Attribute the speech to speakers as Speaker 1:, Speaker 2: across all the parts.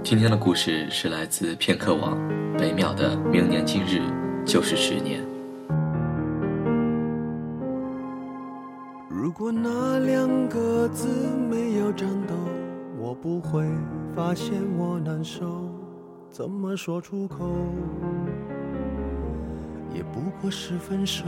Speaker 1: 今天的故事是来自片刻网北淼的明年今日就是10年。
Speaker 2: 如果那2个字没有颤抖，我不会发现我难受，怎么说出口也不过是分手。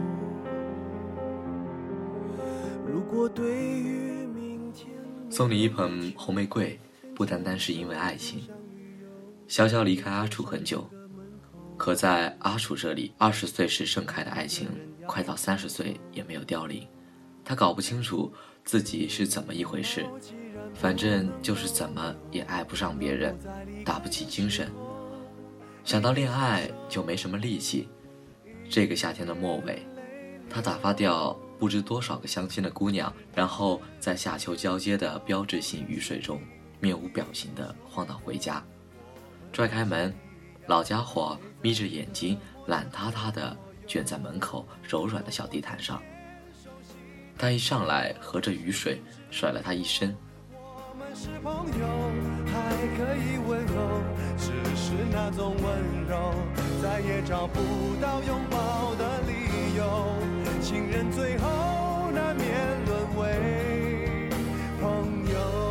Speaker 2: 如果对于明天
Speaker 1: 送你一盆红玫瑰，不单单是因为爱情。潇潇离开阿楚很久，可在阿楚这里，20岁时盛开的爱情，快到30岁也没有凋零。他搞不清楚自己是怎么一回事，反正就是怎么也爱不上别人，打不起精神，想到恋爱就没什么力气。这个夏天的末尾，他打发掉不知多少个相亲的姑娘，然后在夏秋交接的标志性雨水中面无表情地晃荡回家。拽开门，老家伙眯着眼睛懒塌塌地卷在门口柔软的小地毯上。他一上来合着雨水甩了他一身。
Speaker 2: 我们是朋友，还可以问候，只是那种温柔再也找不到拥抱的理由，情人最后难免沦为朋友。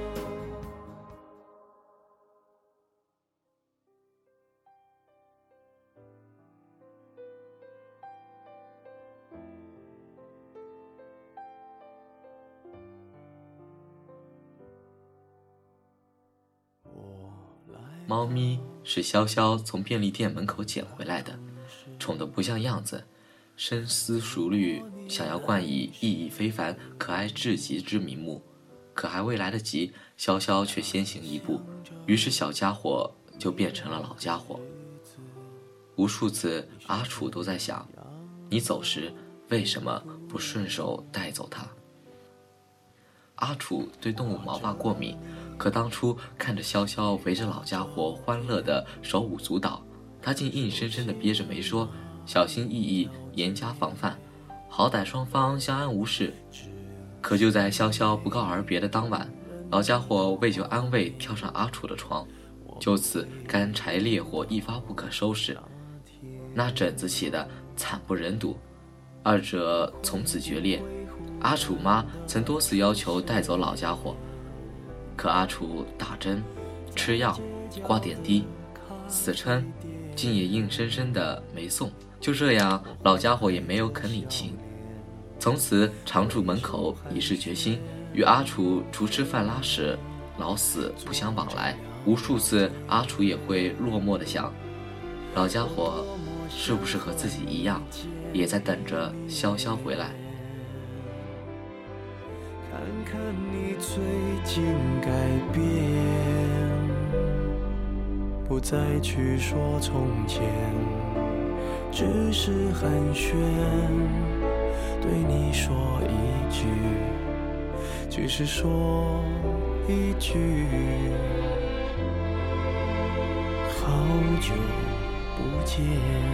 Speaker 1: 猫咪是潇潇从便利店门口捡回来的，宠得不像样子，深思熟虑，想要冠以意义非凡、可爱至极之名目，可还未来得及，潇潇却先行一步，于是小家伙就变成了老家伙。无数次阿楚都在想，你走时为什么不顺手带走它？阿楚对动物毛发过敏，可当初看着潇潇围着老家伙欢乐的手舞足蹈，他竟硬生生地憋着没说，小心翼翼，严加防范，好歹双方相安无事。可就在潇潇不告而别的当晚，老家伙为求安慰跳上阿楚的床，就此干柴烈火一发不可收拾，那疹子起得惨不忍睹，二者从此决裂。阿楚妈曾多次要求带走老家伙，可阿楚打针、吃药、挂点滴，死撑，竟也硬生生的没送。就这样，老家伙也没有肯领情，从此常驻门口以示决心，与阿楚除吃饭拉屎，老死不相往来。无数次，阿楚也会落寞的想，老家伙是不是和自己一样，也在等着潇潇回来？
Speaker 2: 看看你最近改变，不再去说从前，只是寒暄，对你说一句，只是说一句，好久不见。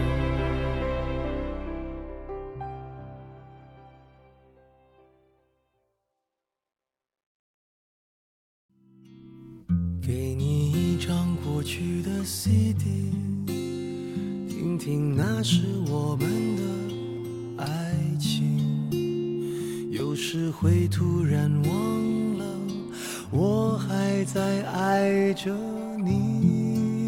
Speaker 2: 给你一张过去的 CD， 听听那是我们的爱情。有时会突然忘了，我还在爱着你。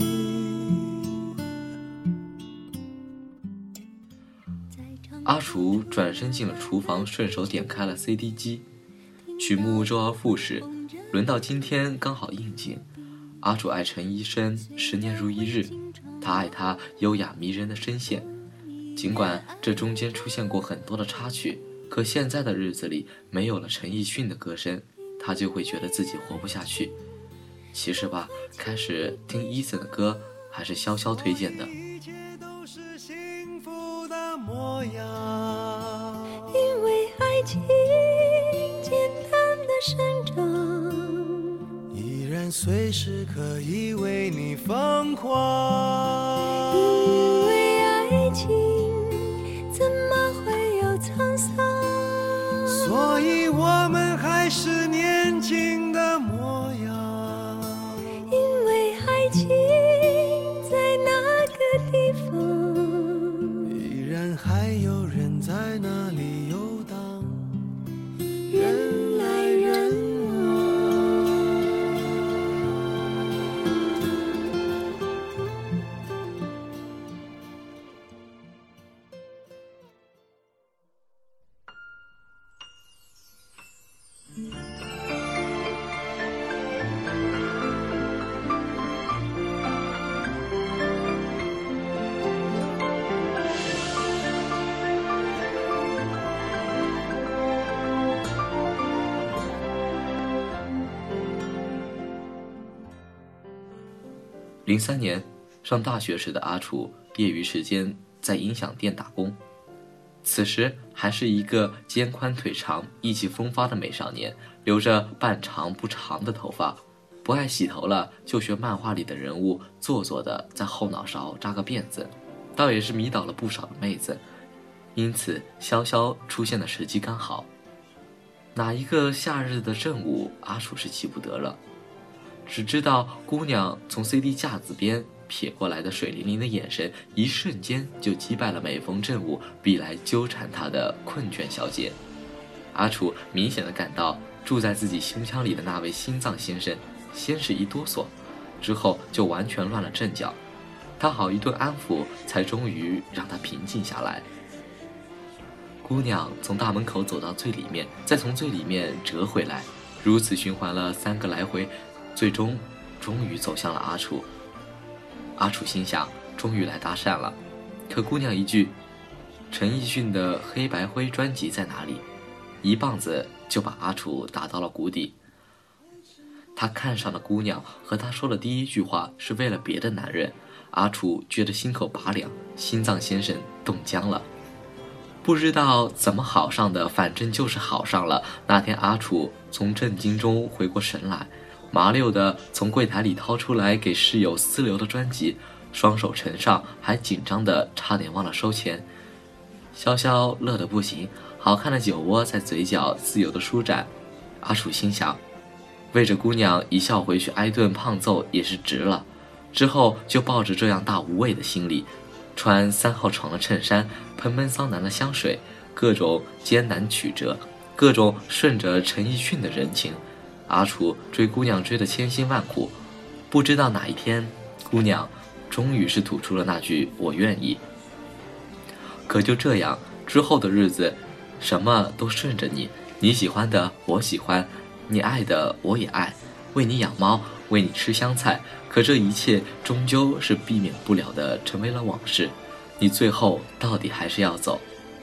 Speaker 1: 阿楚转身进了厨房，顺手点开了 CD 机，曲目周而复始，轮到今天刚好应景。阿楚爱陈医生10年如一日，他爱他优雅迷人的声线。尽管这中间出现过很多的插曲，可现在的日子里没有了陈奕迅的歌声，他就会觉得自己活不下去。其实吧，开始听 Eason 的歌还是潇潇推荐的。
Speaker 2: 一切都是幸福的模样，
Speaker 3: 因为爱情简单的生长，
Speaker 2: 依然随时可以为你疯狂。
Speaker 3: 因为爱情怎么会有沧桑，
Speaker 2: 所以我们还是年轻的模样。
Speaker 3: 因为
Speaker 1: 03年，上大学时的阿楚业余时间在音响店打工，此时还是一个肩宽腿长、意气风发的美少年，留着半长不长的头发，不爱洗头了就学漫画里的人物，做作的在后脑勺扎个辫子，倒也是迷倒了不少的妹子。因此潇潇出现的时机刚好。哪一个夏日的正午，阿楚是记不得了，只知道姑娘从 CD 架子边瞥过来的水灵灵的眼神，一瞬间就击败了每逢正午必来纠缠她的困倦小姐。阿楚明显的感到住在自己胸腔里的那位心脏先生，先是一哆嗦，之后就完全乱了阵脚。他好一顿安抚，才终于让他平静下来。姑娘从大门口走到最里面，再从最里面折回来，如此循环了3个来回，最终于走向了阿楚。阿楚心想，终于来搭讪了。可姑娘一句陈奕迅的黑白灰专辑在哪里，一棒子就把阿楚打到了谷底。他看上的姑娘和他说的第一句话是为了别的男人，阿楚觉得心口拔凉，心脏先生冻僵了。不知道怎么好上的，反正就是好上了。那天阿楚从震惊中回过神来，麻溜的从柜台里掏出来给室友私留的专辑，双手呈上，还紧张的差点忘了收钱。潇潇乐得不行，好看的酒窝在嘴角自由的舒展。阿楚心想，为着姑娘一笑回去挨顿胖揍也是值了。之后就抱着这样大无畏的心理，穿3号床的衬衫，喷喷桑拿的香水，各种艰难曲折，各种顺着陈奕迅的人情。阿楚追姑娘追得千辛万苦，不知道哪一天，姑娘终于是吐出了那句我愿意。可就这样，之后的日子什么都顺着你，你喜欢的我喜欢，你爱的我也爱，为你养猫，为你吃香菜。可这一切终究是避免不了的，成为了往事。你最后到底还是要走。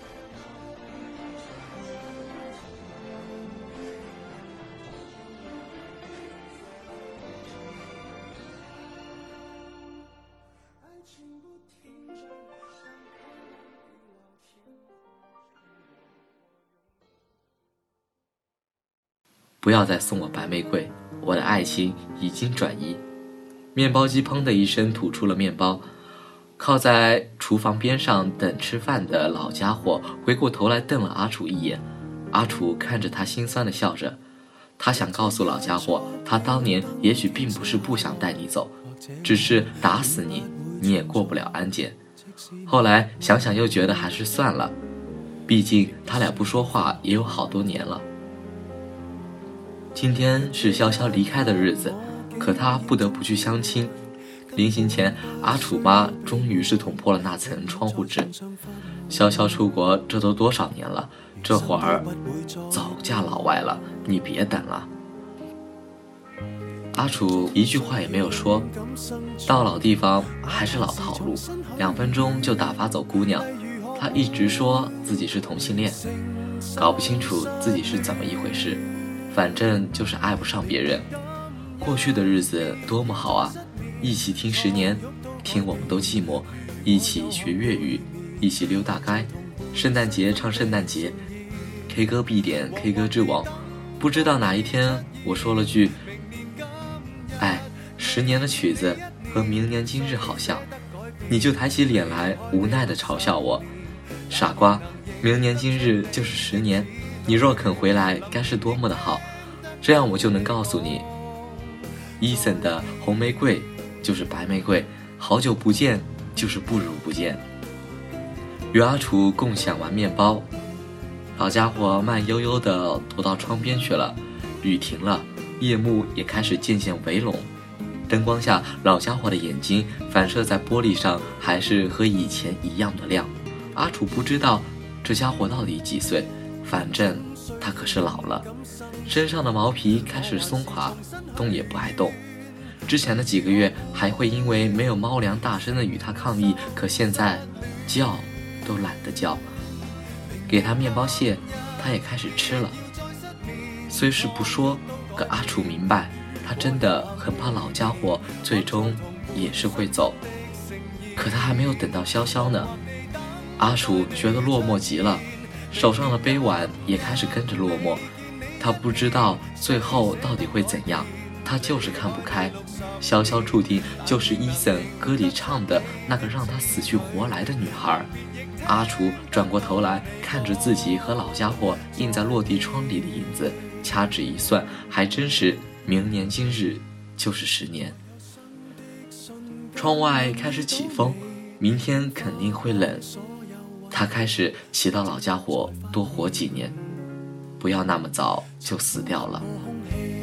Speaker 1: 不要再送我白玫瑰，我的爱情已经转移。面包机砰的一声吐出了面包，靠在厨房边上等吃饭的老家伙回过头来瞪了阿楚一眼。阿楚看着他心酸的笑着，他想告诉老家伙，他当年也许并不是不想带你走，只是打死你，你也过不了安检。后来想想又觉得还是算了，毕竟他俩不说话也有好多年了。今天是潇潇离开的日子，可他不得不去相亲。临行前，阿楚妈终于是捅破了那层窗户纸。潇潇出国这都多少年了，这会儿早嫁老外了，你别等了。阿楚一句话也没有说，到老地方还是老套路，2分钟就打发走姑娘。他一直说自己是同性恋，搞不清楚自己是怎么一回事，反正就是爱不上别人。过去的日子多么好啊，一起听10年，听我们都寂寞，一起学粤语，一起溜大街，圣诞节唱圣诞节， K 歌必点 K 歌之王。不知道哪一天我说了句，哎，10年的曲子和明年今日好像，你就抬起脸来无奈地嘲笑我，傻瓜，明年今日就是10年，你若肯回来该是多么的好，这样我就能告诉你，Eason 的红玫瑰就是白玫瑰，好久不见就是不如不见。与阿楚共享完面包，老家伙慢悠悠地踱到窗边去了。雨停了，夜幕也开始渐渐围拢，灯光下老家伙的眼睛反射在玻璃上，还是和以前一样的亮。阿楚不知道这家伙到底几岁，反正他可是老了，身上的毛皮开始松垮，动也不爱动。之前的几个月还会因为没有猫粮大声的与他抗议，可现在叫都懒得叫。给他面包屑，他也开始吃了。虽是不说，可阿楚明白，他真的很怕老家伙最终也是会走。可他还没有等到潇潇呢，阿楚觉得落寞极了，手上的杯碗也开始跟着落寞。他不知道最后到底会怎样，他就是看不开。潇潇注定就是伊森歌里唱的那个让他死去活来的女孩。阿楚转过头来看着自己和老家伙映在落地窗里的影子，掐指一算，还真是明年今日就是10年。窗外开始起风，明天肯定会冷。他开始祈祷老家伙多活几年，不要那么早就死掉了。